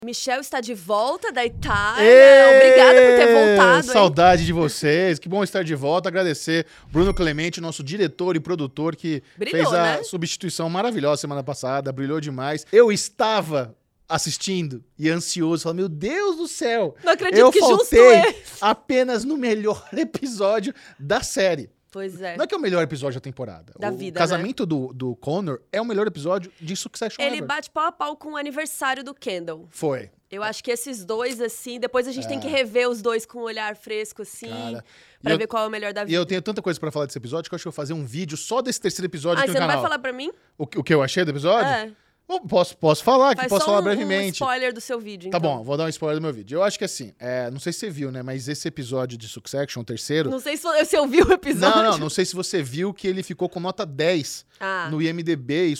Michel está de volta da Itália. Obrigada por ter voltado. Saudade de vocês. Que bom estar de volta. Agradecer Bruno Clemente, nosso diretor e produtor, que fez a substituição maravilhosa semana passada. Brilhou demais. Eu estava assistindo e ansioso. Falei, meu Deus do céu. Não acredito que justo é. Apenas no melhor episódio da série. Pois é. Não é que é o melhor episódio da temporada. Da vida, o casamento do Connor é o melhor episódio de Succession Ele ever. bate pau a pau com o aniversário do Kendall. Foi. Eu acho que esses dois, assim, depois a gente tem que rever os dois com um olhar fresco, assim, pra ver qual é o melhor da vida. E eu tenho tanta coisa pra falar desse episódio que eu acho que eu vou fazer um vídeo só desse terceiro episódio aqui no canal. Ah, você não vai falar pra mim? O que eu achei do episódio? Posso falar, que posso falar brevemente. Faz um spoiler do seu vídeo, então. Tá bom, vou dar um spoiler do meu vídeo. Eu acho que assim, não sei se você viu, né, mas esse episódio de Succession, o terceiro... Não sei se você ouviu o episódio. Não sei se você viu que ele ficou com nota 10 no IMDb e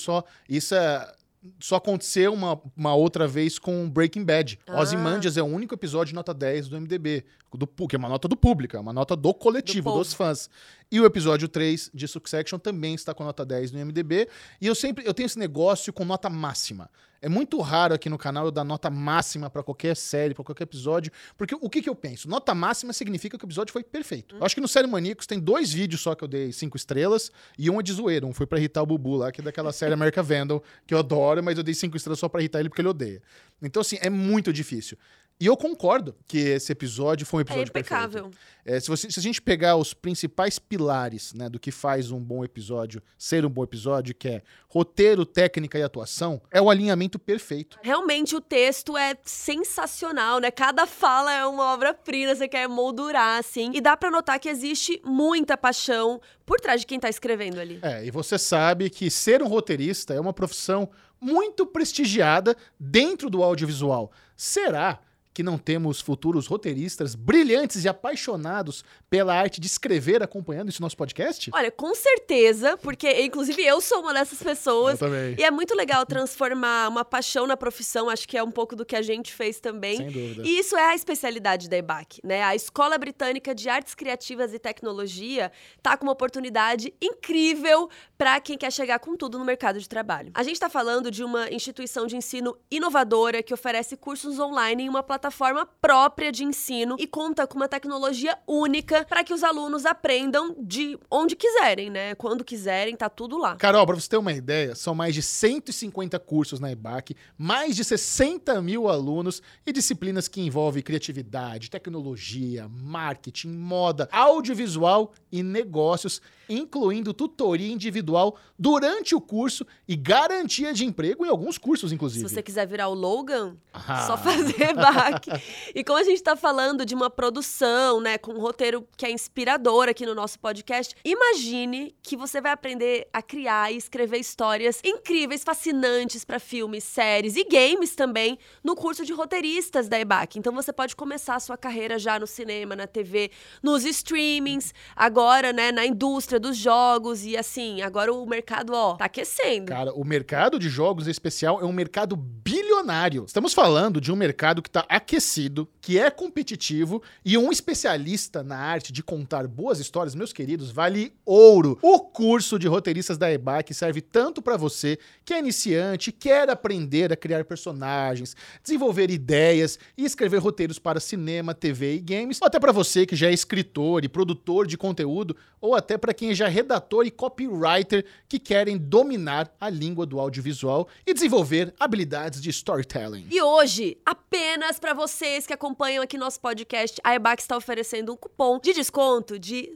só aconteceu uma outra vez com Breaking Bad. Ozymandias é o único episódio de nota 10 do IMDb, que é uma nota do público, é uma nota do coletivo, dos fãs. E o episódio 3 de Succession também está com nota 10 no IMDb. E eu tenho esse negócio com nota máxima. É muito raro aqui no canal eu dar nota máxima pra qualquer série, pra qualquer episódio, porque o que eu penso? Nota máxima significa que o episódio foi perfeito. Eu acho que no Série Maníacos tem 2 vídeos só que eu dei 5 estrelas e um é de zoeira. Um foi pra irritar o Bubu lá, que é daquela série American Vandal, que eu adoro, mas eu dei 5 estrelas só pra irritar ele porque ele odeia. Então, assim, é muito difícil. E eu concordo que esse episódio foi um episódio impecável. Se a gente pegar os principais pilares, né, do que faz um bom episódio ser um bom episódio, que é roteiro, técnica e atuação, é o alinhamento perfeito. Realmente o texto é sensacional, né? Cada fala é uma obra-prima, você quer moldurar, assim. E dá pra notar que existe muita paixão por trás de quem tá escrevendo ali. E você sabe que ser um roteirista é uma profissão muito prestigiada dentro do audiovisual. Será que não temos futuros roteiristas brilhantes e apaixonados pela arte de escrever acompanhando esse nosso podcast? Olha, com certeza, porque inclusive eu sou uma dessas pessoas. Eu também. E é muito legal transformar uma paixão na profissão, acho que é um pouco do que a gente fez também. Sem dúvida. E isso é a especialidade da EBAC, né? A Escola Britânica de Artes Criativas e Tecnologia tá com uma oportunidade incrível para quem quer chegar com tudo no mercado de trabalho. A gente tá falando de uma instituição de ensino inovadora que oferece cursos online em uma plataforma própria de ensino e conta com uma tecnologia única para que os alunos aprendam de onde quiserem, né? Quando quiserem, tá tudo lá. Carol, para você ter uma ideia, são mais de 150 cursos na EBAC, mais de 60 mil alunos e disciplinas que envolvem criatividade, tecnologia, marketing, moda, audiovisual e negócios, incluindo tutoria individual durante o curso e garantia de emprego em alguns cursos, inclusive. Se você quiser virar o Logan, só fazer EBAC. E como a gente tá falando de uma produção, né, com um roteiro que é inspirador aqui no nosso podcast, imagine que você vai aprender a criar e escrever histórias incríveis, fascinantes para filmes, séries e games também no curso de roteiristas da EBAC. Então você pode começar a sua carreira já no cinema, na TV, nos streamings, agora, né, na indústria dos jogos e assim, agora o mercado, tá aquecendo. Cara, o mercado de jogos em especial é um mercado bilionário. Estamos falando de um mercado que tá aquecido, que é competitivo e um especialista na arte de contar boas histórias, meus queridos, vale ouro. O curso de roteiristas da EBAC serve tanto para você que é iniciante, quer aprender a criar personagens, desenvolver ideias e escrever roteiros para cinema, TV e games, ou até para você que já é escritor e produtor de conteúdo, ou até para quem já é redator e copywriter que querem dominar a língua do audiovisual e desenvolver habilidades de storytelling. E hoje, apenas para vocês que acompanham aqui nosso podcast, a EBAC está oferecendo um cupom de desconto de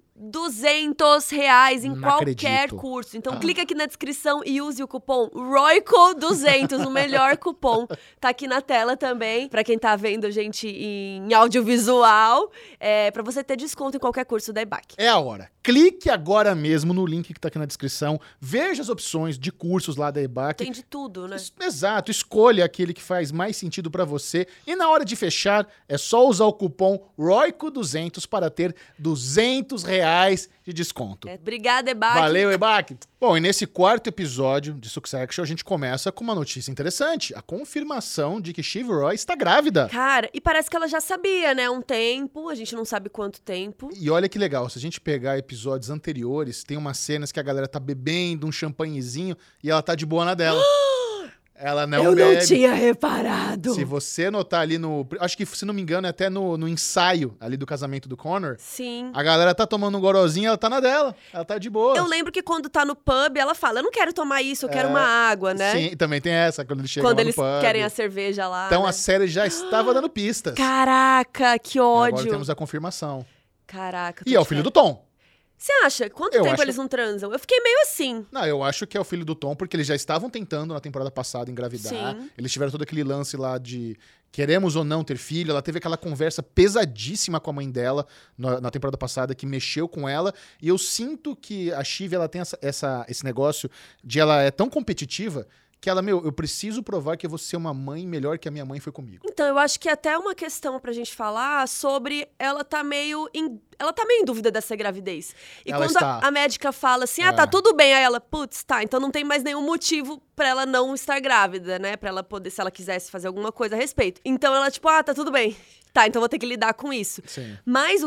R$200 em qualquer curso. Então clica aqui na descrição e use o cupom ROICO200, o melhor cupom. Tá aqui na tela também, pra quem tá vendo a gente em audiovisual, pra você ter desconto em qualquer curso da EBAC. É a hora. Clique agora mesmo no link que tá aqui na descrição, veja as opções de cursos lá da EBAC. Tem de tudo, né? Exato, escolha aquele que faz mais sentido pra você e na hora de fechar, é só usar o cupom ROICO200 para ter R$200 de desconto. Obrigada, EBAC. Valeu, EBAC. Bom, e nesse quarto episódio de Succession, a gente começa com uma notícia interessante. A confirmação de que Shiv Roy está grávida. Cara, e parece que ela já sabia, né? Um tempo, a gente não sabe quanto tempo. E olha que legal, se a gente pegar episódios anteriores, tem umas cenas que a galera tá bebendo um champanhezinho e ela tá de boa na dela. Ela não Eu bebe. não tinha reparado. Se você notar ali no... Acho que, se não me engano, é até no ensaio ali do casamento do Connor. Sim. A galera tá tomando um gorozinho, ela tá na dela. Ela tá de boa. Eu lembro que quando tá no pub, ela fala, eu não quero tomar isso, eu quero uma água, né? Sim, também tem essa, quando eles chegam Quando lá no eles pub. querem a cerveja lá, Então né? a série já estava dando pistas. Caraca, que E ódio. agora temos a confirmação. Caraca. E é o filho do Tom. Você acha? Quanto Eu tempo acho eles não transam? Eu fiquei meio assim. Não, eu acho que é o filho do Tom, porque eles já estavam tentando na temporada passada engravidar. Sim. Eles tiveram todo aquele lance lá de queremos ou não ter filho. Ela teve aquela conversa pesadíssima com a mãe dela na temporada passada, que mexeu com ela. E eu sinto que a Shiv, ela tem esse negócio de ela é tão competitiva que ela, eu preciso provar que eu vou ser uma mãe melhor que a minha mãe foi comigo. Então, eu acho que é até uma questão pra gente falar sobre ela tá meio em dúvida dessa gravidez. E Ela quando está. a médica fala assim, tá tudo bem, aí ela, putz, tá, então não tem mais nenhum motivo pra ela não estar grávida, né? Pra ela poder, se ela quisesse fazer alguma coisa a respeito. Então ela, tipo, tá tudo bem. Tá, então vou ter que lidar com isso. Sim. Mas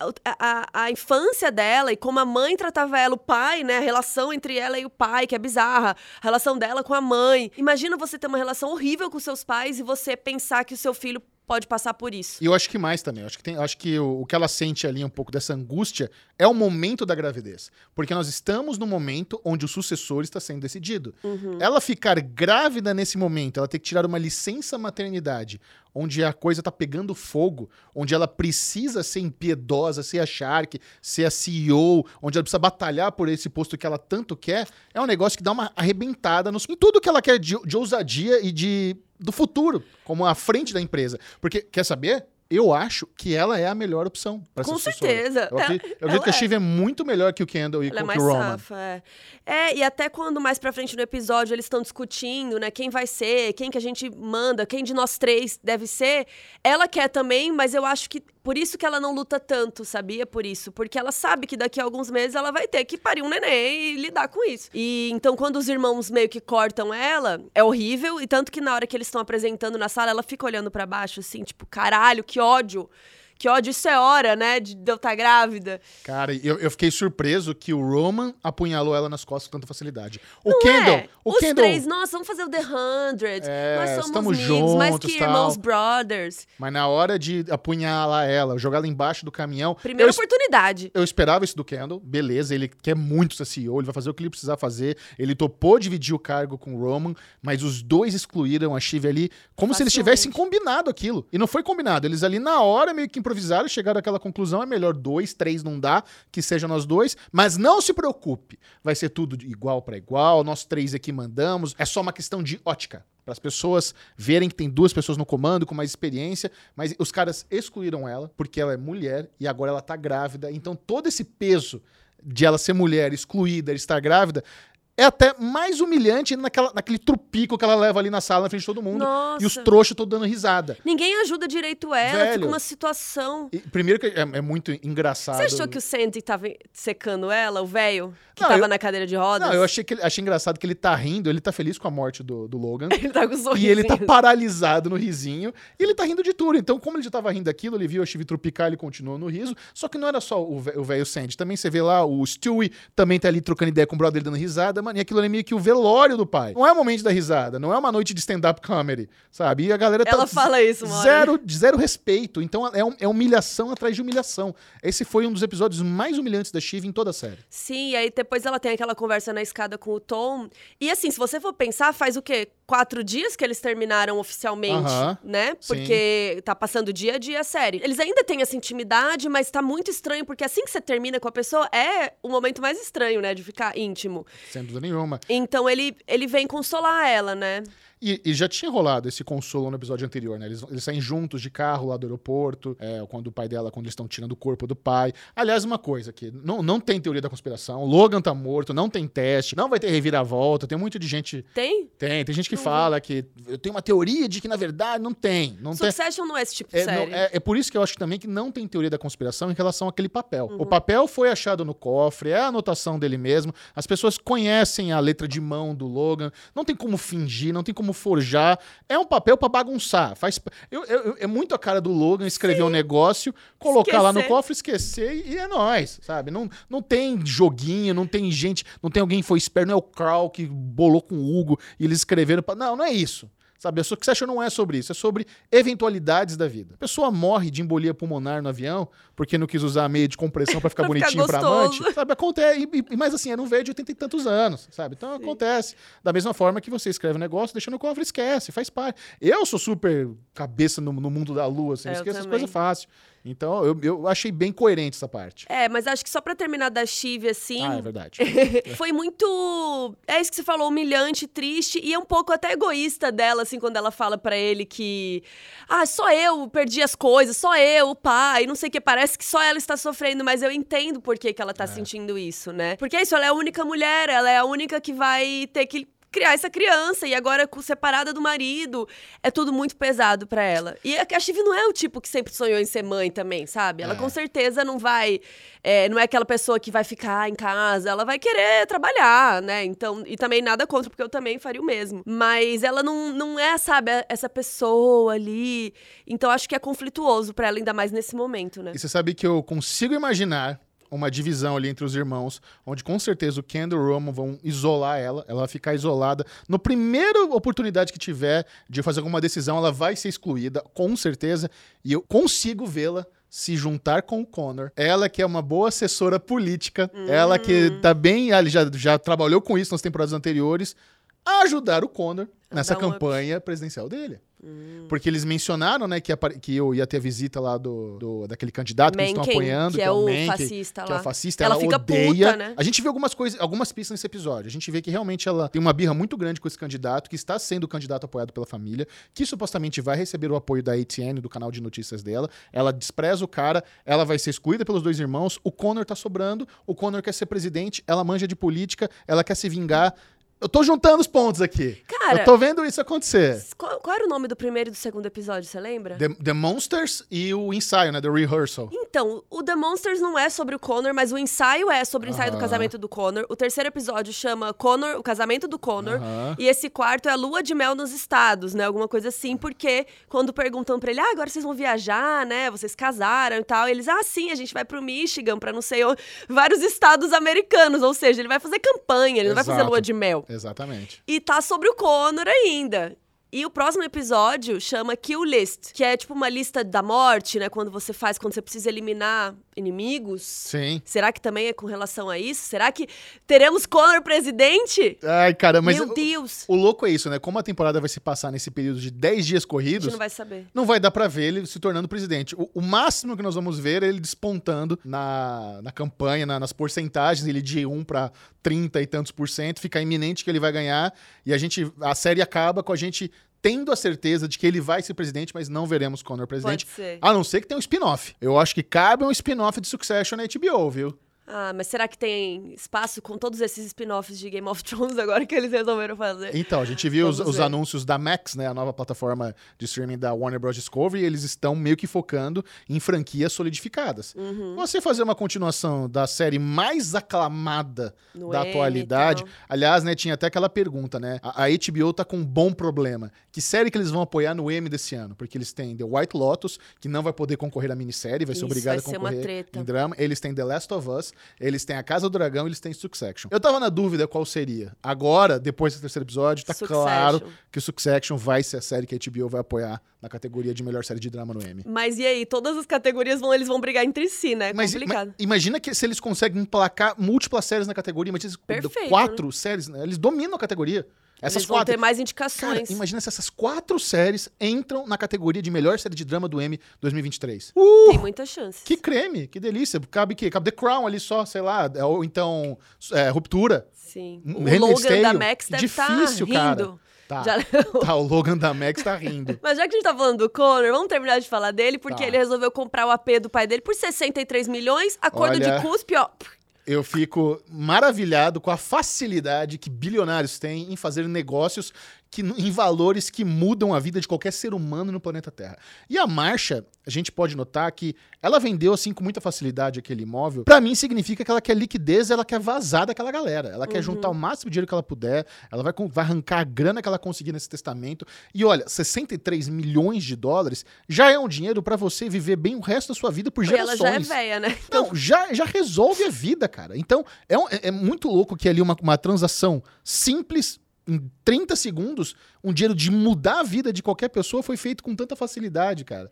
a infância dela e como a mãe tratava ela, o pai, né? A relação entre ela e o pai, que é bizarra. A relação dela com a mãe. Imagina você ter uma relação horrível com seus pais e você pensar que o seu filho pode passar por isso. E eu acho que mais também. Eu acho que o que ela sente ali, um pouco dessa angústia, é o momento da gravidez. Porque nós estamos no momento onde o sucessor está sendo decidido. Uhum. Ela ficar grávida nesse momento, ela ter que tirar uma licença maternidade, onde a coisa tá pegando fogo, onde ela precisa ser impiedosa, ser a Shark, ser a CEO, onde ela precisa batalhar por esse posto que ela tanto quer, é um negócio que dá uma arrebentada em tudo que ela quer de ousadia e do futuro, como a frente da empresa. Porque, quer saber? Eu acho que ela é a melhor opção para essa sucessora. Com certeza. Eu acredito que a Shiv é muito melhor que o Kendall e ela que é o mais Roman. safa, e até quando mais pra frente no episódio eles estão discutindo, né, quem vai ser, quem que a gente manda, quem de nós três deve ser, ela quer também, mas eu acho que por isso que ela não luta tanto, sabia? Por isso. Porque ela sabe que daqui a alguns meses ela vai ter que parir um neném e lidar com isso. E então, quando os irmãos meio que cortam ela, é horrível. E tanto que na hora que eles estão apresentando na sala, ela fica olhando pra baixo, assim, tipo, caralho, que ódio. Que ódio, isso é hora, né, de eu estar grávida. Cara, eu fiquei surpreso que o Roman apunhalou ela nas costas com tanta facilidade. O Não Kendall... Os três, nossa, vamos fazer o The 100. Nós somos estamos amigos, mais juntos, que tal. irmãos brothers. Mas na hora de apunhalar ela, jogar ela embaixo do caminhão... Primeira oportunidade. Eu esperava isso do Kendall, beleza, ele quer muito ser CEO, ele vai fazer o que ele precisar fazer, ele topou dividir o cargo com o Roman, mas os dois excluíram a Shiv ali, como se eles tivessem combinado aquilo. E não foi combinado, eles ali na hora meio que improvisaram, chegaram àquela conclusão, é melhor 2, 3 não dá, que seja nós dois, mas não se preocupe, vai ser tudo igual para igual, nós 3 aqui mandamos, é só uma questão de ótica. Para as pessoas verem que tem 2 pessoas no comando com mais experiência, mas os caras excluíram ela, porque ela é mulher e agora ela tá grávida. Então todo esse peso de ela ser mulher, excluída, estar grávida, é até mais humilhante naquele trupico que ela leva ali na sala, na frente de todo mundo. Nossa. E os trouxas todos dando risada. Ninguém ajuda direito ela, fica uma situação... Primeiro que é muito engraçado. Você achou que o Sandy tava secando ela, o velho, que tava na cadeira de rodas? Não, eu achei engraçado que ele tá rindo, ele tá feliz com a morte do Logan. Ele tá com um sorrisinho. E ele tá paralisado no risinho, e ele tá rindo de tudo. Então, como ele já tava rindo daquilo, ele viu a Shiv trupicar, ele continuou no riso. Só que não era só o velho Sandy. Também você vê lá, o Stewie também tá ali trocando ideia com o brother dando risada, mano, e aquilo ali é meio que o velório do pai. Não é o momento da risada, não é uma noite de stand-up comedy, sabe? E a galera tá... Ela fala isso, mano. Zero respeito. Então, é humilhação atrás de humilhação. Esse foi um dos episódios mais humilhantes da Shiv em toda a série. Sim, e aí depois ela tem aquela conversa na escada com o Tom. E assim, se você for pensar, faz o quê? 4 dias que eles terminaram oficialmente, né? Porque tá passando dia a dia a série. Eles ainda têm essa intimidade, mas tá muito estranho, porque assim que você termina com a pessoa, é o momento mais estranho, né? De ficar íntimo. Sem dúvida nenhuma. Então ele vem consolar ela, né? E já tinha rolado esse consolo no episódio anterior, né? Eles saem juntos de carro lá do aeroporto, quando o pai dela, quando eles estão tirando o corpo do pai. Aliás, uma coisa aqui, não tem teoria da conspiração, Logan tá morto, não tem teste, não vai ter reviravolta, tem muito de gente... Tem? Tem gente que fala que... Eu tenho uma teoria de que, na verdade, não tem. Succession não é esse tipo de série. É por isso que eu acho também que não tem teoria da conspiração em relação àquele papel. O papel foi achado no cofre, é a anotação dele mesmo, as pessoas conhecem a letra de mão do Logan, não tem como fingir, não tem como vamos forjar. É um papel pra bagunçar. É muito a cara do Logan escrever um negócio, colocar lá no cofre, esquecer e é nóis, sabe? Não tem joguinho, não tem gente, não tem alguém que foi esperto, não é o Carl que bolou com o Hugo e eles escreveram. Não é isso. Sabe, a Succession não é sobre isso, é sobre eventualidades da vida. A pessoa morre de embolia pulmonar no avião porque não quis usar a meia de compressão pra ficar bonitinho pra amante. Sabe, acontece. Mas assim, não veio de 80 e tantos anos, sabe? Então acontece. Da mesma forma que você escreve um negócio, deixa no cofre, esquece, faz parte. Eu sou super cabeça no mundo da lua, assim, esqueço as coisas fácil. Então, eu achei bem coerente essa parte. Mas acho que só pra terminar da Shiv, assim... é verdade. Foi muito... É isso que você falou, humilhante, triste, e é um pouco até egoísta dela, assim, quando ela fala pra ele que... só eu perdi as coisas, só eu, o pai, não sei o que, parece que só ela está sofrendo, mas eu entendo por que ela tá sentindo isso, né? Porque é isso, ela é a única mulher, ela é a única que vai ter que criar essa criança, e agora separada do marido, é tudo muito pesado pra ela. E a Shiv não é o tipo que sempre sonhou em ser mãe também, sabe? Ela com certeza não vai... não é aquela pessoa que vai ficar em casa, ela vai querer trabalhar, né? Então, e também nada contra, porque eu também faria o mesmo. Mas ela não é, sabe, essa pessoa ali. Então, acho que é conflituoso pra ela, ainda mais nesse momento, né? E você sabe que eu consigo imaginar uma divisão ali entre os irmãos, onde com certeza o Kendall e o Roman vão isolar ela vai ficar isolada. No primeira oportunidade que tiver de fazer alguma decisão, ela vai ser excluída, com certeza, e eu consigo vê-la se juntar com o Connor. Ela que é uma boa assessora política, ela que tá bem, ela já trabalhou com isso nas temporadas anteriores, a ajudar o Connor nessa campanha presidencial dele. Porque eles mencionaram, né, que eu ia ter a visita lá daquele candidato que eles estão apoiando, que é o fascista lá. Que é o fascista, ela fica odeia. Puta, né? A gente vê algumas pistas nesse episódio. A gente vê que realmente ela tem uma birra muito grande com esse candidato, que está sendo o candidato apoiado pela família, que supostamente vai receber o apoio da ATN, do canal de notícias dela. Ela despreza o cara, ela vai ser excluída pelos dois irmãos, o Connor tá sobrando, o Connor quer ser presidente, ela manja de política, ela quer se vingar. Eu tô juntando os pontos aqui. Cara, eu tô vendo isso acontecer. Qual era o nome do primeiro e do segundo episódio, você lembra? The Monsters e o ensaio, né? The Rehearsal. Então, o The Monsters não é sobre o Connor, mas o ensaio é sobre o ensaio do casamento do Connor. O terceiro episódio chama Connor, o casamento do Connor. E esse quarto é a lua de mel nos estados, né? Alguma coisa assim, porque quando perguntam pra ele, agora vocês vão viajar, né? Vocês casaram e tal. E eles, sim, a gente vai pro Michigan, pra não sei onde. Vários estados americanos, ou seja, ele vai fazer campanha, ele não vai fazer lua de mel. Exatamente. E tá sobre o Connor ainda. E o próximo episódio chama Kill List, que é tipo uma lista da morte, né? Quando você precisa eliminar inimigos. Sim. Será que também é com relação a isso? Será que teremos Connor presidente? Ai, cara, mas... Meu Deus! O louco é isso, né? Como a temporada vai se passar nesse período de 10 dias corridos... A gente não vai saber. Não vai dar pra ver ele se tornando presidente. O máximo que nós vamos ver é ele despontando na campanha, nas porcentagens, ele de 1 pra 30 e tantos %, fica iminente que ele vai ganhar, e a série acaba com a gente tendo a certeza de que ele vai ser presidente, mas não veremos Connor presidente. Pode ser. A não ser que tenha um spin-off. Eu acho que cabe um spin-off de Succession na HBO, viu? Mas será que tem espaço com todos esses spin-offs de Game of Thrones agora que eles resolveram fazer? Então, a gente viu os anúncios da Max, né, a nova plataforma de streaming da Warner Bros. Discovery, e eles estão meio que focando em franquias solidificadas. Você fazer uma continuação da série mais aclamada da atualidade... Aliás, né, tinha até aquela pergunta, né? A HBO tá com um bom problema. Que série que eles vão apoiar no Emmy desse ano? Porque eles têm The White Lotus, que não vai poder concorrer à minissérie, vai ser obrigado a concorrer em drama. Eles têm The Last of Us, eles têm A Casa do Dragão, eles têm Succession. Eu tava na dúvida qual seria. Agora, depois do terceiro episódio, tá claro que o Succession vai ser a série que a HBO vai apoiar na categoria de melhor série de drama no Emmy. Mas e aí? Todas as categorias eles vão brigar entre si, né? É complicado. Imagina que se eles conseguem emplacar múltiplas séries na categoria, imagina 4 séries, né? Eles dominam a categoria. Eles vão ter mais indicações. Cara, imagina se essas 4 séries entram na categoria de melhor série de drama do Emmy 2023. Tem muita chance. Que creme, que delícia. Cabe The Crown ali só, sei lá. Ou então Ruptura. Sim. O Logan da Max deve estar rindo. Cara. O Logan da Max tá rindo. Mas já que a gente tá falando do Connor, vamos terminar de falar dele, porque ele resolveu comprar o AP do pai dele por 63 milhões, acordo de cuspe, ó... Eu fico maravilhado com a facilidade que bilionários têm em fazer negócios em valores que mudam a vida de qualquer ser humano no planeta Terra. E a Marcia, a gente pode notar que ela vendeu assim com muita facilidade aquele imóvel. Pra mim significa que ela quer liquidez, ela quer vazar daquela galera. Ela quer juntar o máximo de dinheiro que ela puder, ela vai arrancar a grana que ela conseguir nesse testamento. E olha, 63 milhões de dólares já é um dinheiro pra você viver bem o resto da sua vida por gerações. E ela já é velha, né? Então... Não, já resolve a vida, cara. Então, é muito louco que ali uma transação simples, em 30 segundos, um dinheiro de mudar a vida de qualquer pessoa foi feito com tanta facilidade, cara.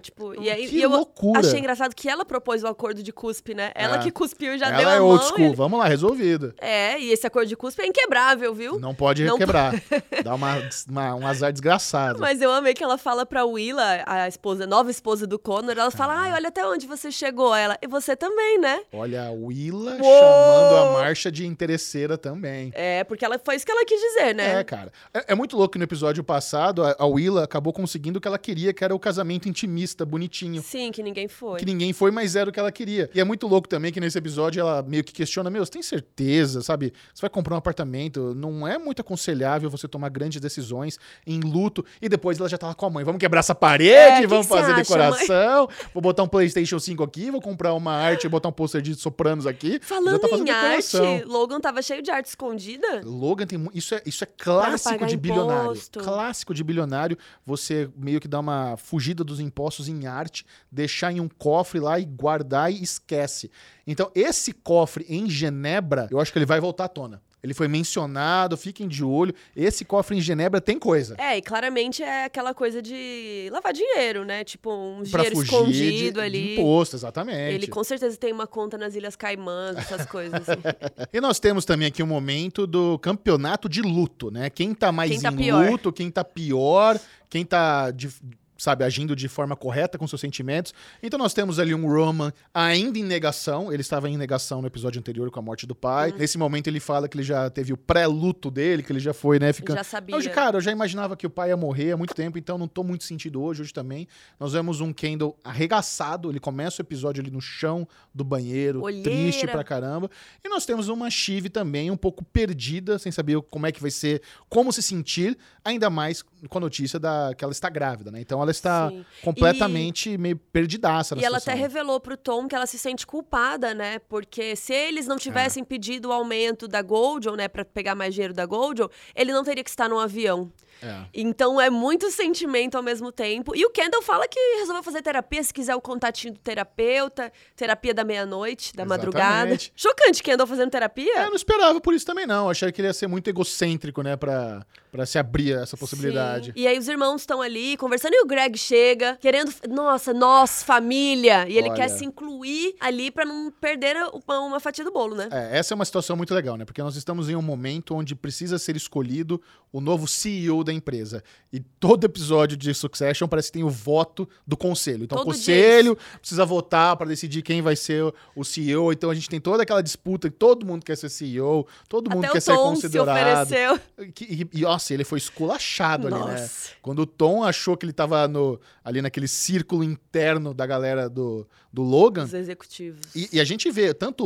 E aí que loucura. Achei engraçado que ela propôs o acordo de cuspe, né? Ela que cuspiu e já deu a mão. Ela é old school, vamos lá, resolvido. E esse acordo de cuspe é inquebrável, viu? Não pode quebrar. Dá um azar desgraçado. Mas eu amei que ela fala pra Willa, a nova esposa do Connor, ela fala, olha até onde você chegou. Ela, e você também, né? Olha, a Willa chamando a Marcia de interesseira também. Porque foi isso que ela quis dizer, né? Cara. É muito louco que no episódio passado, a Willa acabou conseguindo o que ela queria, que era o casamento intimista, bonitinho. Sim, que ninguém foi. Que ninguém foi, mas era o que ela queria. E é muito louco também que nesse episódio ela meio que questiona, você tem certeza, sabe? Você vai comprar um apartamento, não é muito aconselhável você tomar grandes decisões em luto. E depois ela já tá lá com a mãe, vamos quebrar essa parede, vamos fazer decoração, vou botar um PlayStation 5 aqui, vou comprar uma arte, vou botar um pôster de Sopranos aqui. Falando em arte, Logan tava cheio de arte escondida. Logan tem isso é clássico de bilionário. Clássico de bilionário, você meio que dá uma fugida dos impostos em arte, deixar em um cofre lá e guardar e esquece. Então, esse cofre em Genebra, eu acho que ele vai voltar à tona. Ele foi mencionado, fiquem de olho. Esse cofre em Genebra tem coisa. E claramente é aquela coisa de lavar dinheiro, né? Tipo, um pra dinheiro escondido ali. De imposto, exatamente. Ele com certeza tem uma conta nas Ilhas Caimãs, essas coisas assim. E nós temos também aqui um momento do campeonato de luto, né? Quem tá mais luto, quem tá pior, quem tá... agindo de forma correta com seus sentimentos. Então nós temos ali um Roman ainda em negação. Ele estava em negação no episódio anterior com a morte do pai. Nesse momento ele fala que ele já teve o pré-luto dele, que ele já foi, né? Já sabia. Hoje, cara, eu já imaginava que o pai ia morrer há muito tempo, então não tô muito sentido hoje também. Nós vemos um Kendall arregaçado. Ele começa o episódio ali no chão do banheiro, triste pra caramba. E nós temos uma Shiv também um pouco perdida, sem saber como é que vai ser, como se sentir, ainda mais com a notícia que ela está grávida, né? Então ela está completamente meio perdidaça na situação. E ela até revelou pro Tom que ela se sente culpada, né? Porque se eles não tivessem pedido o aumento da Goldion, né? Pra pegar mais dinheiro da Goldion, ele não teria que estar num avião. Então é muito sentimento ao mesmo tempo. E o Kendall fala que resolveu fazer terapia, se quiser o contatinho do terapeuta, terapia da meia-noite, da madrugada. Chocante, Kendall fazendo terapia. Eu não esperava por isso também, não. Achei que ele ia ser muito egocêntrico, né, pra se abrir a essa possibilidade. E aí os irmãos estão ali conversando e o Greg chega, querendo, nós, família. E ele quer se incluir ali pra não perder uma fatia do bolo, né? Essa é uma situação muito legal, né? Porque nós estamos em um momento onde precisa ser escolhido o novo CEO da empresa. E todo episódio de Succession parece que tem o voto do conselho. Então o conselho precisa votar para decidir quem vai ser o CEO. Então a gente tem toda aquela disputa que todo mundo quer ser CEO, todo mundo quer ser considerado. Se ofereceu. E nossa, ele foi esculachado ali, né? Quando o Tom achou que ele tava ali naquele círculo interno da galera do Logan. Os executivos. E a gente vê, tanto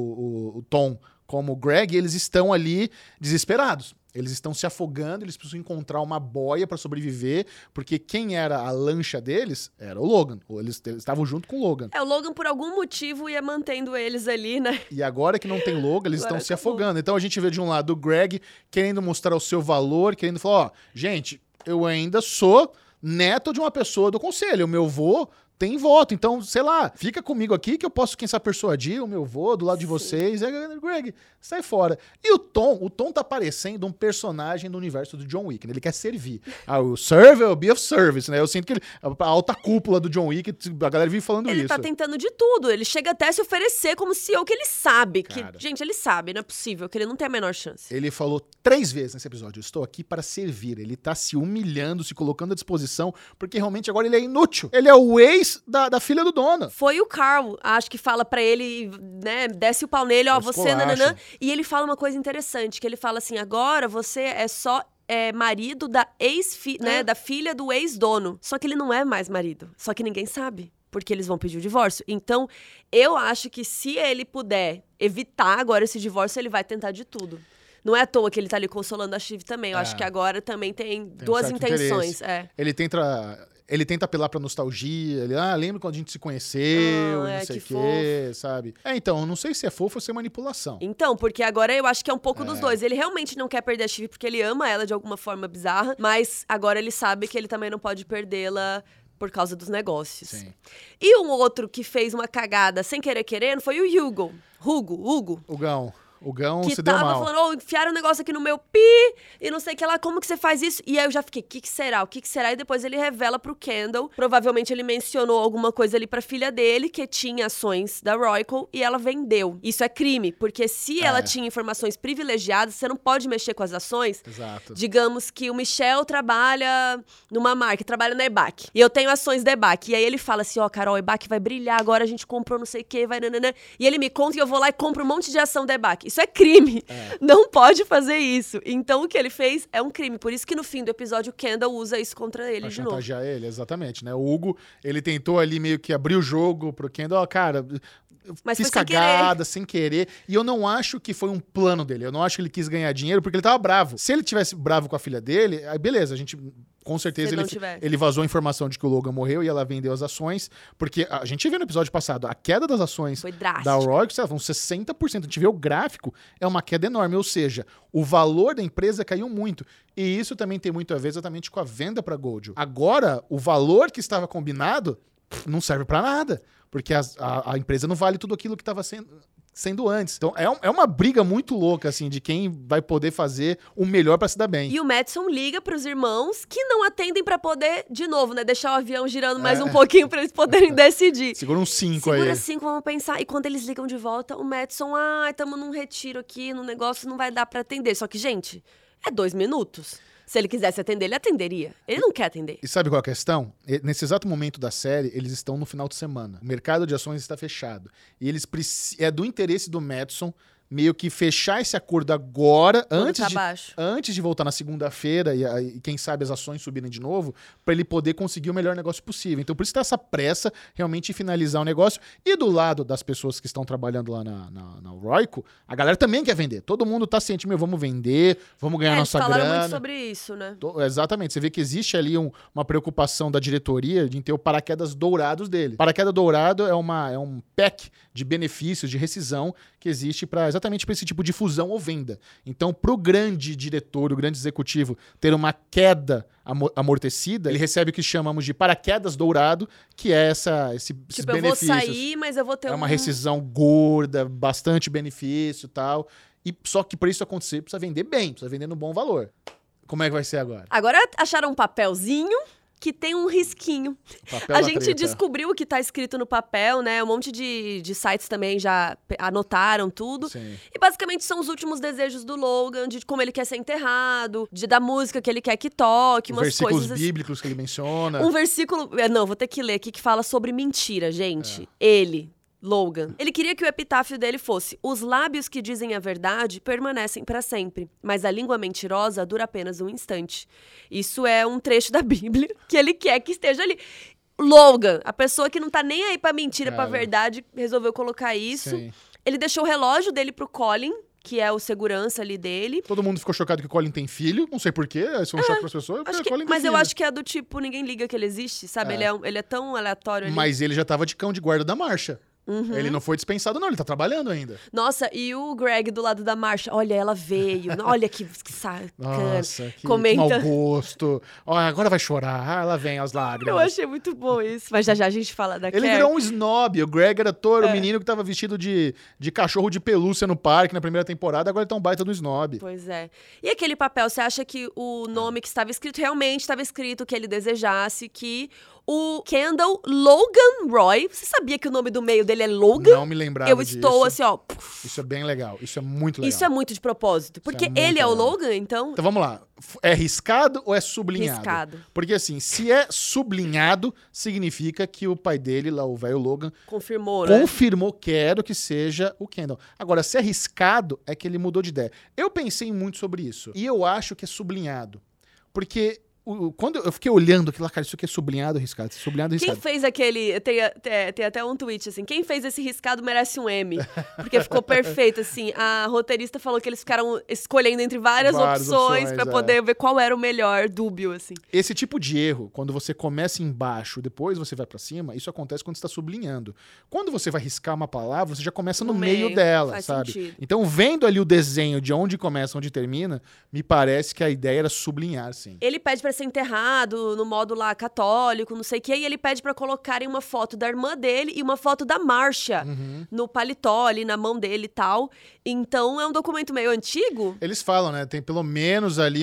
o Tom como o Greg, eles estão ali desesperados. Eles estão se afogando, eles precisam encontrar uma boia para sobreviver, porque quem era a lancha deles era o Logan. Eles estavam junto com o Logan. O Logan, por algum motivo, ia mantendo eles ali, né? E agora que não tem Logan, eles estão se afogando. Então a gente vê de um lado o Greg querendo mostrar o seu valor, querendo falar, gente, eu ainda sou neto de uma pessoa do conselho, o meu vô tem voto, então, sei lá, fica comigo aqui que eu posso, quem sabe, persuadir o meu vô do lado de vocês. Greg, sai fora. E o Tom tá parecendo um personagem do universo do John Wick, né? Ele quer servir. O serve will be of service, né? Eu sinto que a alta cúpula do John Wick, a galera vive falando isso. Ele tá tentando de tudo, ele chega até a se oferecer como CEO, que ele sabe. Gente, ele sabe, não é possível, que ele não tem a menor chance. Ele falou 3 vezes nesse episódio, eu estou aqui para servir. Ele tá se humilhando, se colocando à disposição, porque realmente agora ele é inútil. Ele é o ex da filha do dono. Foi o Carl, acho que fala pra ele, né, desce o pau nele, você, nananã. E ele fala uma coisa interessante, que ele fala assim, agora você é só marido da né, da filha do ex-dono. Só que ele não é mais marido, só que ninguém sabe. Porque eles vão pedir o divórcio. Então, eu acho que se ele puder evitar agora esse divórcio, ele vai tentar de tudo. Não é à toa que ele tá ali consolando a Shiv também. Eu acho que agora também tem duas intenções. Ele tenta apelar pra nostalgia. Ele, lembra quando a gente se conheceu, não sei o quê, sabe? Então, eu não sei se é fofo ou se é manipulação. Então, porque agora eu acho que é um pouco dos dois. Ele realmente não quer perder a Shiv porque ele ama ela de alguma forma bizarra, mas agora ele sabe que ele também não pode perdê-la por causa dos negócios. Sim. E um outro que fez uma cagada sem querer querendo foi o Hugo. O Gão se deu mal. Que tava falando, enfiaram um negócio aqui no meu pi, e não sei o que lá, como que você faz isso? E aí eu já fiquei, o que será? E depois ele revela pro Kendall, provavelmente ele mencionou alguma coisa ali pra filha dele, que tinha ações da Royco, e ela vendeu. Isso é crime, porque se ela tinha informações privilegiadas, você não pode mexer com as ações. Exato. Digamos que o Michel trabalha numa marca, trabalha na EBAC, e eu tenho ações da EBAC, e aí ele fala assim, Carol, a EBAC vai brilhar, agora a gente comprou não sei o que, vai nananã, e ele me conta e eu vou lá e compro um monte de ação da EBAC. Isso é crime. Não pode fazer isso. Então, o que ele fez é um crime. Por isso que no fim do episódio, o Kendall usa isso contra ele de novo. Pra chantagear ele, exatamente, né? O Hugo, ele tentou ali meio que abrir o jogo pro Kendall. Cara, mas fiz cagada, sem querer. E eu não acho que foi um plano dele. Eu não acho que ele quis ganhar dinheiro porque ele tava bravo. Se ele tivesse bravo com a filha dele, aí beleza, a gente... Com certeza ele vazou a informação de que o Logan morreu e ela vendeu as ações, porque a gente viu no episódio passado, a queda das ações da Royco, vão 60%, a gente vê o gráfico, é uma queda enorme, ou seja, o valor da empresa caiu muito. E isso também tem muito a ver exatamente com a venda para Goldil. Agora, o valor que estava combinado não serve para nada, porque a empresa não vale tudo aquilo que estava sendo antes. Então, é uma briga muito louca, assim, de quem vai poder fazer o melhor pra se dar bem. E o Madison liga pros irmãos que não atendem pra poder, de novo, né, deixar o avião girando mais um pouquinho pra eles poderem decidir. Segura uns 5 aí. Segura 5, vamos pensar. E quando eles ligam de volta, o Madison, tamo num retiro aqui, no negócio, não vai dar pra atender. Só que, gente, é 2 minutos. Se ele quisesse atender, ele atenderia. Ele não quer atender. E sabe qual é a questão? Nesse exato momento da série, eles estão no final de semana. O mercado de ações está fechado. E eles é do interesse do Madison meio que fechar esse acordo agora, antes de voltar na segunda-feira e quem sabe as ações subirem de novo, para ele poder conseguir o melhor negócio possível. Então, por isso tá essa pressa realmente em finalizar o negócio. E do lado das pessoas que estão trabalhando lá na Royco, a galera também quer vender. Todo mundo tá ciente, vamos vender, vamos ganhar nossa grana. Eles falaram muito sobre isso, né? Exatamente. Você vê que existe ali uma preocupação da diretoria de ter o paraquedas dourados dele. Paraquedas dourado é um pack de benefícios, de rescisão que existe exatamente para esse tipo de fusão ou venda. Então, para o grande diretor, o grande executivo, ter uma queda amortecida, ele recebe o que chamamos de paraquedas dourado, que é esses benefícios. Eu vou sair, mas eu vou ter uma rescisão gorda, bastante benefício e tal. Só que para isso acontecer, precisa vender bem, precisa vender no bom valor. Como é que vai ser agora? Agora acharam um papelzinho que tem um risquinho. A gente descobriu o que tá escrito no papel, né? Um monte de sites também já anotaram tudo. Sim. E basicamente são os últimos desejos do Logan, de como ele quer ser enterrado, da música que ele quer que toque, umas versículos coisas bíblicos que ele menciona. Um versículo... Não, vou ter que ler aqui, que fala sobre mentira, gente. Logan. Ele queria que o epitáfio dele fosse: os lábios que dizem a verdade permanecem para sempre, mas a língua mentirosa dura apenas um instante. Isso é um trecho da Bíblia que ele quer que esteja ali. Logan, a pessoa que não tá nem aí pra mentira, pra verdade, resolveu colocar isso. Sim. Ele deixou o relógio dele pro Colin, que é o segurança ali dele. Todo mundo ficou chocado que o Colin tem filho. Não sei porquê, isso é um choque pras pessoas. Mas eu acho que é do tipo, ninguém liga que ele existe, sabe? Ele é tão aleatório ali. Mas ele já tava de cão de guarda da marcha. Uhum. Ele não foi dispensado, não. Ele tá trabalhando ainda. Nossa, e o Greg do lado da marcha. Olha, ela veio. Olha que sacana. Nossa, que comenta. Mau gosto. Olha, agora vai chorar. Ela vem as lágrimas. Eu achei muito bom isso. Mas já a gente fala da Ele virou um snob. O Greg era o menino que tava vestido de cachorro de pelúcia no parque na primeira temporada. Agora ele tá um baita do snob. Pois é. E aquele papel, você acha que o nome que estava escrito, realmente estava escrito que ele desejasse que o Kendall Logan Roy... Você sabia que o nome do meio dele é Logan? Não me lembrava disso. Eu estou assim, ó... Isso é bem legal. Isso é muito legal. Isso é muito de propósito. Porque ele é o Logan, então... Então vamos lá. É riscado ou é sublinhado? Riscado. Porque assim, se é sublinhado, significa que o pai dele, lá o velho Logan... Confirmou, né? Confirmou, quero que seja o Kendall. Agora, se é riscado, é que ele mudou de ideia. Eu pensei muito sobre isso. E eu acho que é sublinhado. Porque... quando eu fiquei olhando aquilo lá, cara, isso aqui é sublinhado ou riscado? Sublinhado ou riscado? Quem fez aquele... Tem até um tweet, assim. Quem fez esse riscado merece um M. Porque ficou perfeito, assim. A roteirista falou que eles ficaram escolhendo entre várias opções pra poder ver qual era o melhor dúbio, assim. Esse tipo de erro, quando você começa embaixo, depois você vai pra cima, isso acontece quando você tá sublinhando. Quando você vai riscar uma palavra, você já começa no meio dela, sabe? Sentido. Então, vendo ali o desenho de onde começa, onde termina, me parece que a ideia era sublinhar, sim. Ele pede pra ser enterrado no modo lá católico, não sei o quê, e ele pede pra colocarem uma foto da irmã dele e uma foto da Marcia no paletó ali, na mão dele e tal. Então, é um documento meio antigo. Eles falam, né? Tem pelo menos ali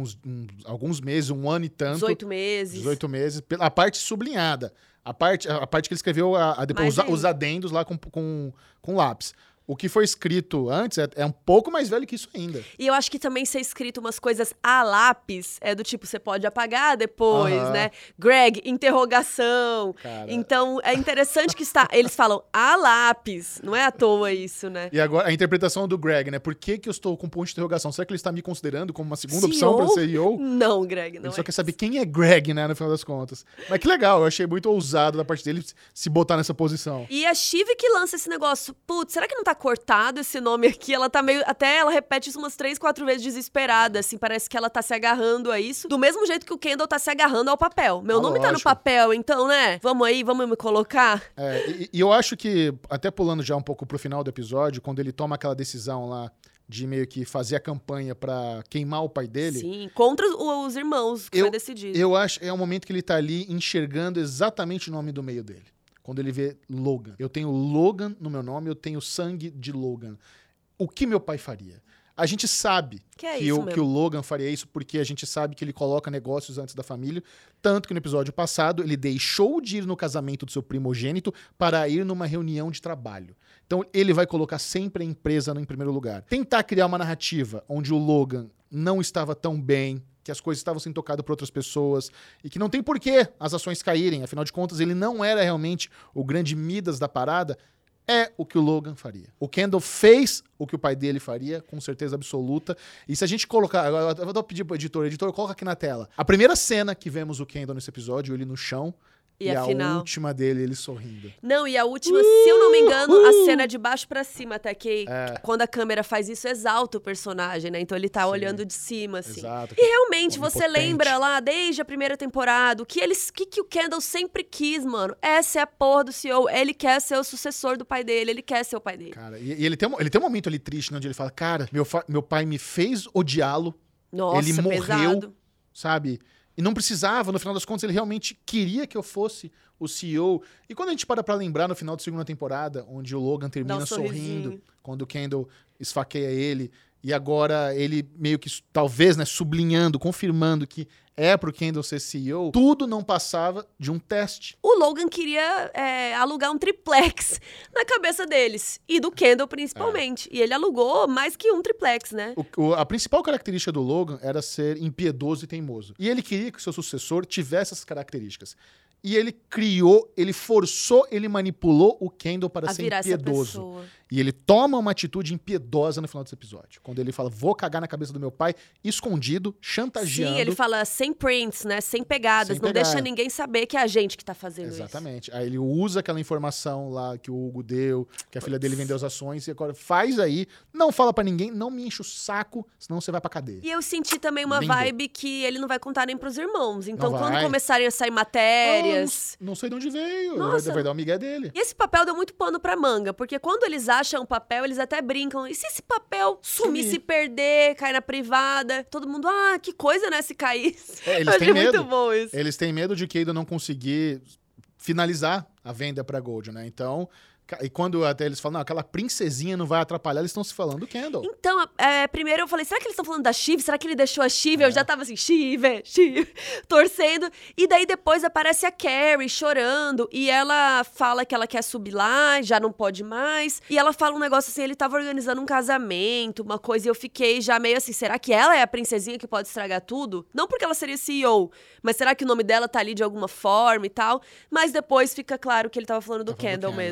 alguns meses, 1 ano e tanto. 18 meses. 18 meses. A parte sublinhada. A parte que ele escreveu depois, os adendos lá com lápis. O que foi escrito antes é um pouco mais velho que isso ainda. E eu acho que também ser escrito umas coisas a lápis é do tipo, você pode apagar depois, né? Greg, interrogação. Cara. Então, é interessante que eles falam a lápis. Não é à toa isso, né? E agora, a interpretação do Greg, né? Por que eu estou com ponto de interrogação? Será que ele está me considerando como uma segunda opção para ser CEO? Não, Greg, não. Ele só quer saber quem é Greg, né? No final das contas. Mas que legal, eu achei muito ousado da parte dele se botar nessa posição. E a Shiv que lança esse negócio. Putz, será que não tá cortado esse nome aqui? Ela tá meio... Até ela repete isso umas 3, 4 vezes desesperada, assim. Parece que ela tá se agarrando a isso. Do mesmo jeito que o Kendall tá se agarrando ao papel. Meu nome tá no papel, então, né? Vamos aí, vamos me colocar. E eu acho que, até pulando já um pouco pro final do episódio, quando ele toma aquela decisão lá de meio que fazer a campanha pra queimar o pai dele. Sim, contra os irmãos, que foi decidido. Eu acho que é o momento que ele tá ali enxergando exatamente o nome do meio dele. Quando ele vê Logan. Eu tenho Logan no meu nome, eu tenho sangue de Logan. O que meu pai faria? A gente sabe que o Logan faria isso porque a gente sabe que ele coloca negócios antes da família. Tanto que no episódio passado ele deixou de ir no casamento do seu primogênito para ir numa reunião de trabalho. Então ele vai colocar sempre a empresa em primeiro lugar. Tentar criar uma narrativa onde o Logan não estava tão bem, que as coisas estavam sendo tocadas por outras pessoas e que não tem porquê as ações caírem. Afinal de contas, ele não era realmente o grande Midas da parada. É o que o Logan faria. O Kendall fez o que o pai dele faria, com certeza absoluta. E se a gente colocar... Agora eu vou pedir pro editor, coloca aqui na tela. A primeira cena que vemos o Kendall nesse episódio, ele no chão, e a última dele, ele sorrindo. Não, e a última, se eu não me engano, a cena de baixo pra cima, até que quando a câmera faz isso, exalta o personagem, né? Então ele tá olhando de cima, assim. Exato. E realmente, você lembra lá, desde a primeira temporada, o que o Kendall sempre quis, mano? Essa é a porra do CEO. Ele quer ser o sucessor do pai dele, ele quer ser o pai dele. Cara, e ele tem um momento ali triste, né, onde ele fala, cara, meu pai me fez odiá-lo. Nossa, ele morreu, pesado. Sabe? E não precisava, no final das contas, ele realmente queria que eu fosse o CEO. E quando a gente para pra lembrar no final da segunda temporada, onde o Logan termina sorrindo, quando o Kendall esfaqueia ele, e agora ele meio que, talvez, né, sublinhando, confirmando que é pro Kendall ser CEO, tudo não passava de um teste. O Logan queria alugar um triplex na cabeça deles. E do Kendall, principalmente. E ele alugou mais que um triplex, né? A principal característica do Logan era ser impiedoso e teimoso. E ele queria que o seu sucessor tivesse essas características. E ele forçou, ele manipulou o Kendall para ser impiedoso. E ele toma uma atitude impiedosa no final desse episódio. Quando ele fala, vou cagar na cabeça do meu pai, escondido, chantageando. Sim, ele fala sem prints, né? Sem pegadas. Não deixa ninguém saber que é a gente que tá fazendo isso. Exatamente. Aí ele usa aquela informação lá que o Hugo deu, que a filha dele vendeu as ações, e agora faz aí, não fala pra ninguém, não me enche o saco, senão você vai pra cadeia. E eu senti também uma vibe que ele não vai contar nem pros irmãos. Então, quando começarem a sair matérias... Não sei de onde veio. Nossa. Vai dar o migué dele. E esse papel deu muito pano pra manga, porque quando eles acham o papel, eles até brincam. E se esse papel sumir, se perder, cair na privada? Todo mundo, que coisa, né, se caísse. Eles têm medo. Muito bom isso. Eles têm medo de que Kendall não conseguir finalizar a venda pra Gold, né? Então... E quando até eles falam, não, aquela princesinha não vai atrapalhar, eles estão se falando do Kendall. Então, primeiro eu falei, será que eles estão falando da Shiv? Será que ele deixou a Shiv? Eu já tava assim, Shiv, torcendo. E daí depois aparece a Carrie chorando. E ela fala que ela quer subir lá, já não pode mais. E ela fala um negócio assim, ele tava organizando um casamento, uma coisa. E eu fiquei já meio assim, será que ela é a princesinha que pode estragar tudo? Não porque ela seria CEO, mas será que o nome dela tá ali de alguma forma e tal? Mas depois fica claro que ele tava falando do Kendall mesmo, né?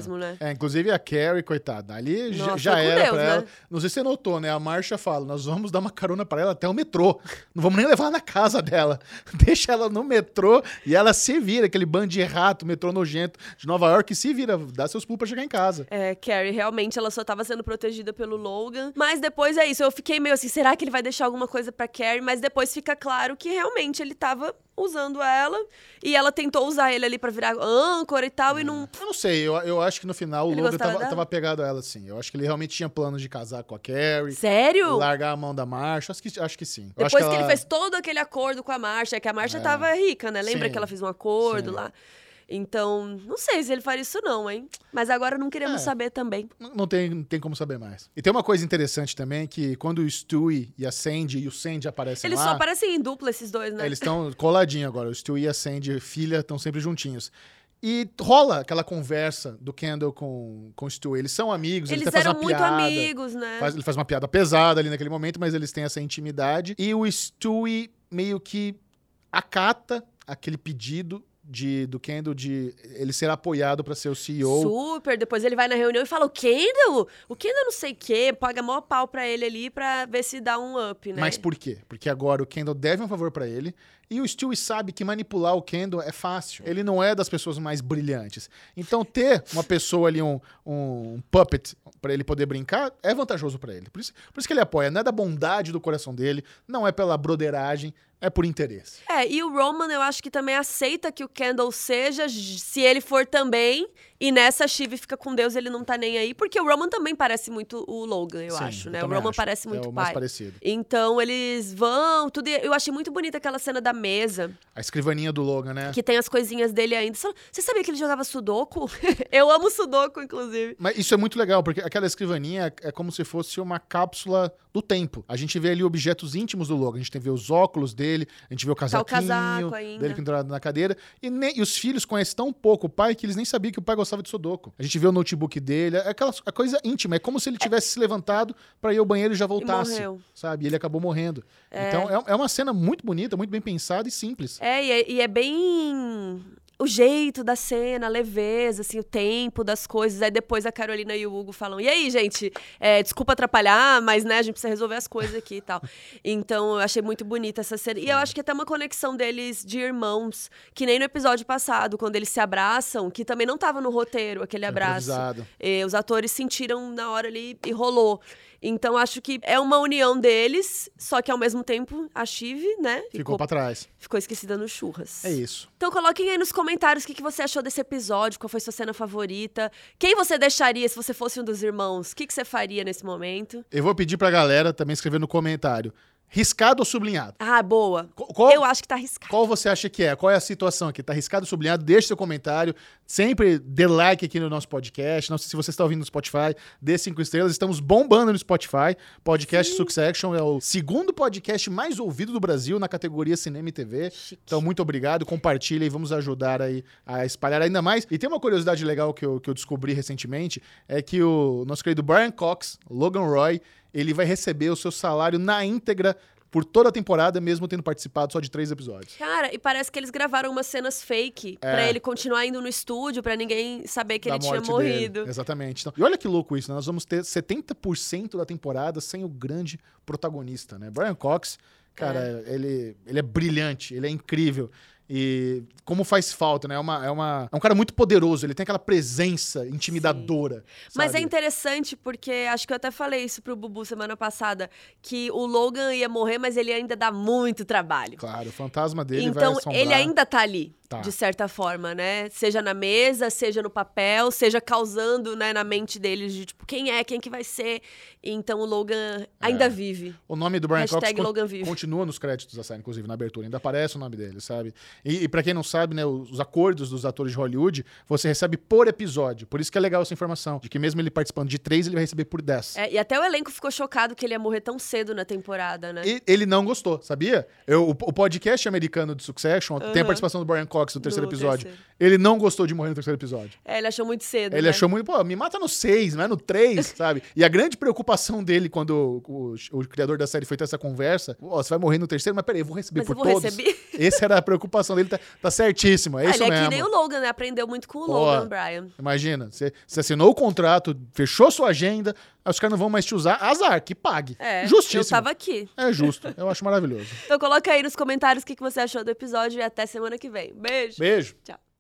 Inclusive a Carrie, coitada, ali Nossa, já era Deus, pra ela. Né? Não sei se você notou, né? A Marcia fala, nós vamos dar uma carona pra ela até o metrô. Não vamos nem levar na casa dela. Deixa ela no metrô e ela se vira, aquele bando de rato, metrô nojento de Nova York, se vira, dá seus pulos pra chegar em casa. Carrie, realmente, ela só tava sendo protegida pelo Logan. Mas depois é isso, eu fiquei meio assim, será que ele vai deixar alguma coisa pra Carrie? Mas depois fica claro que realmente ele tava usando ela e ela tentou usar ele ali pra virar âncora e tal e não... Eu não sei, eu acho que no final o Ele Logan gostava tava apegado a ela, sim. Eu acho que ele realmente tinha planos de casar com a Carrie. Sério? Largar a mão da Marcia, acho que sim. Depois que ele fez todo aquele acordo com a Marcia, que a Marcia tava rica, né? Lembra que ela fez um acordo lá? Então, não sei se ele faria isso não, hein? Mas agora não queremos saber também. Não tem como saber mais. E tem uma coisa interessante também, que quando o Stewie e a Sandy e o Sandy aparecem Eles lá... só aparecem em dupla, esses dois, né? Eles estão coladinhos agora. O Stewie e a Sandy, filha, estão sempre juntinhos. E rola aquela conversa do Kendall com o Stewie. Eles são amigos, eles até fazem eram uma muito piada. amigos, né? Ele faz uma piada pesada ali naquele momento, mas eles têm essa intimidade. E o Stewie meio que acata aquele pedido do Kendall de ele ser apoiado pra ser o CEO. Super, depois ele vai na reunião e fala, o Kendall não sei o quê, paga maior pau pra ele ali pra ver se dá um up, né? Mas por quê? Porque agora o Kendall deve um favor pra ele e o Stewie sabe que manipular o Kendall é fácil. Ele não é das pessoas mais brilhantes. Então ter uma pessoa ali, um puppet pra ele poder brincar, é vantajoso pra ele. Por isso que ele apoia. Não é da bondade do coração dele, não é pela broderagem, é por interesse. E o Roman, eu acho que também aceita que o Kendall seja, se ele for também, e nessa Shiv fica com Deus, ele não tá nem aí, porque o Roman também parece muito o Logan, eu acho, né? O Roman parece muito o pai. mais parecido. Então, eles vão, tudo. Eu achei muito bonita aquela cena da mesa. A escrivaninha do Logan, né? Que tem as coisinhas dele ainda. Você sabia que ele jogava Sudoku? Eu amo Sudoku, inclusive. Mas isso é muito legal, porque aquela escrivaninha é como se fosse uma cápsula do tempo. A gente vê ali objetos íntimos do Logan. A gente vê os óculos dele, a gente vê o casaquinho dele pendurado na cadeira. E os filhos conhecem tão pouco o pai que eles nem sabiam que o pai gostava de Sudoku. A gente vê o notebook dele, a coisa íntima. É como se ele tivesse se levantado pra ir ao banheiro e já voltasse. E morreu. Sabe? E ele acabou morrendo. Então é uma cena muito bonita, muito bem pensada e simples. E é bem... O jeito da cena, a leveza, assim, o tempo das coisas. Aí depois a Carolina e o Hugo falam, e aí, gente, desculpa atrapalhar, mas, né, a gente precisa resolver as coisas aqui e tal. Então, eu achei muito bonita essa cena. E eu acho que até uma conexão deles de irmãos, que nem no episódio passado, quando eles se abraçam, que também não tava no roteiro, aquele abraço. Os atores sentiram na hora ali e rolou. Então, acho que é uma união deles, só que ao mesmo tempo a Shiv, né? Ficou pra trás. Ficou esquecida nos churras. É isso. Então, coloquem aí nos comentários o que você achou desse episódio, qual foi sua cena favorita. Quem você deixaria se você fosse um dos irmãos? O que você faria nesse momento? Eu vou pedir pra galera também escrever no comentário. Riscado ou sublinhado? Ah, boa. Eu acho que tá riscado. Qual você acha que é? Qual é a situação aqui? Tá riscado ou sublinhado? Deixe seu comentário. Sempre dê like aqui no nosso podcast. Não sei se você está ouvindo no Spotify, dê 5 estrelas. Estamos bombando no Spotify. Podcast Succession é o segundo podcast mais ouvido do Brasil na categoria Cinema e TV. Chique. Então, muito obrigado. Compartilha e vamos ajudar aí a espalhar ainda mais. E tem uma curiosidade legal que eu descobri recentemente, é que o nosso querido Brian Cox, Logan Roy, ele vai receber o seu salário na íntegra por toda a temporada, mesmo tendo participado só de 3 episódios. Cara, e parece que eles gravaram umas cenas fake pra ele continuar indo no estúdio, pra ninguém saber que ele tinha morrido. Dele. Exatamente. Então, e olha que louco isso, né? Nós vamos ter 70% da temporada sem o grande protagonista, né? Brian Cox, cara, ele é brilhante, ele é incrível. E como faz falta, né? É um cara muito poderoso, ele tem aquela presença intimidadora. Mas é interessante porque, acho que eu até falei isso pro Bubu semana passada, que o Logan ia morrer, mas ele ainda dá muito trabalho. Claro, o fantasma dele então, vai assombrar. Ele ainda tá ali, de certa forma, né? Seja na mesa, seja no papel, seja causando, né, na mente deles de, tipo, quem que vai ser? Então, o Logan ainda vive. O nome do Brian Cox #LoganVive. continua nos créditos da série, inclusive, na abertura. Ainda aparece o nome dele, sabe? E pra quem não sabe, né, os acordos dos atores de Hollywood, você recebe por episódio. Por isso que é legal essa informação, de que mesmo ele participando de 3, ele vai receber por 10. E até o elenco ficou chocado que ele ia morrer tão cedo na temporada, né? E ele não gostou, sabia? O podcast americano de Succession tem a participação do Brian Cox no terceiro episódio. Ele não gostou de morrer no terceiro episódio. Ele achou muito cedo, Ele achou muito, pô, me mata no 6, não é no 3, sabe? E a grande preocupação dele quando o criador da série foi ter essa conversa, você vai morrer no terceiro, mas peraí, eu vou receber por todos. Essa era a preocupação dele, tá certíssimo, é isso mesmo. Ele é que nem o Logan, né? Aprendeu muito com o Logan, Brian. Imagina, você assinou o contrato, fechou sua agenda, aí os caras não vão mais te usar, azar, que pague. Justíssimo. Eu tava aqui. É justo, eu acho maravilhoso. Então coloca aí nos comentários o que você achou do episódio e até semana que vem. Beijo. Beijo. Tchau.